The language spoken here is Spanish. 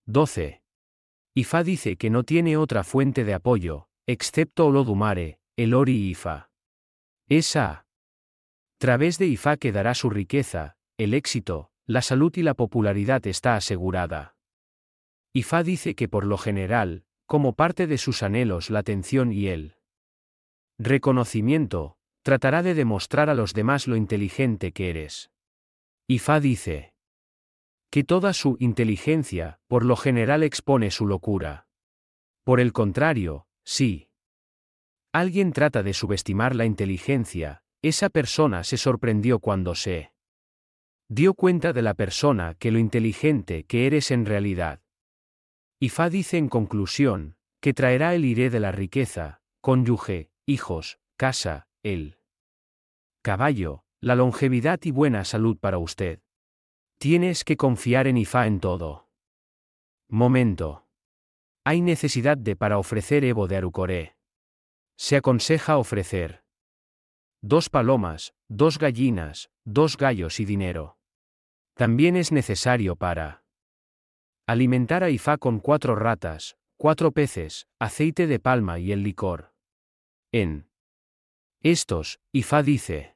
12. Ifá dice que no tiene otra fuente de apoyo, excepto Olodumare, el Ori y Ifá. Es a través de Ifá que dará su riqueza, el éxito, la salud y la popularidad está asegurada. Ifá dice que por lo general, como parte de sus anhelos la atención y el reconocimiento, tratará de demostrar a los demás lo inteligente que eres. Ifá dice que toda su inteligencia, por lo general expone su locura. Por el contrario, si alguien trata de subestimar la inteligencia, esa persona se sorprendió cuando se dio cuenta de la persona que lo inteligente que eres en realidad. Ifá dice en conclusión, que traerá el iré de la riqueza, cónyuge, hijos, casa, el caballo, la longevidad y buena salud para usted. Tienes que confiar en Ifá en todo momento. Hay necesidad de para ofrecer Evo de Arucoré. Se aconseja ofrecer 2 palomas, 2 gallinas, 2 gallos y dinero. También es necesario para alimentar a Ifá con 4 ratas, 4 peces, aceite de palma y el licor. En estos, Ifá dice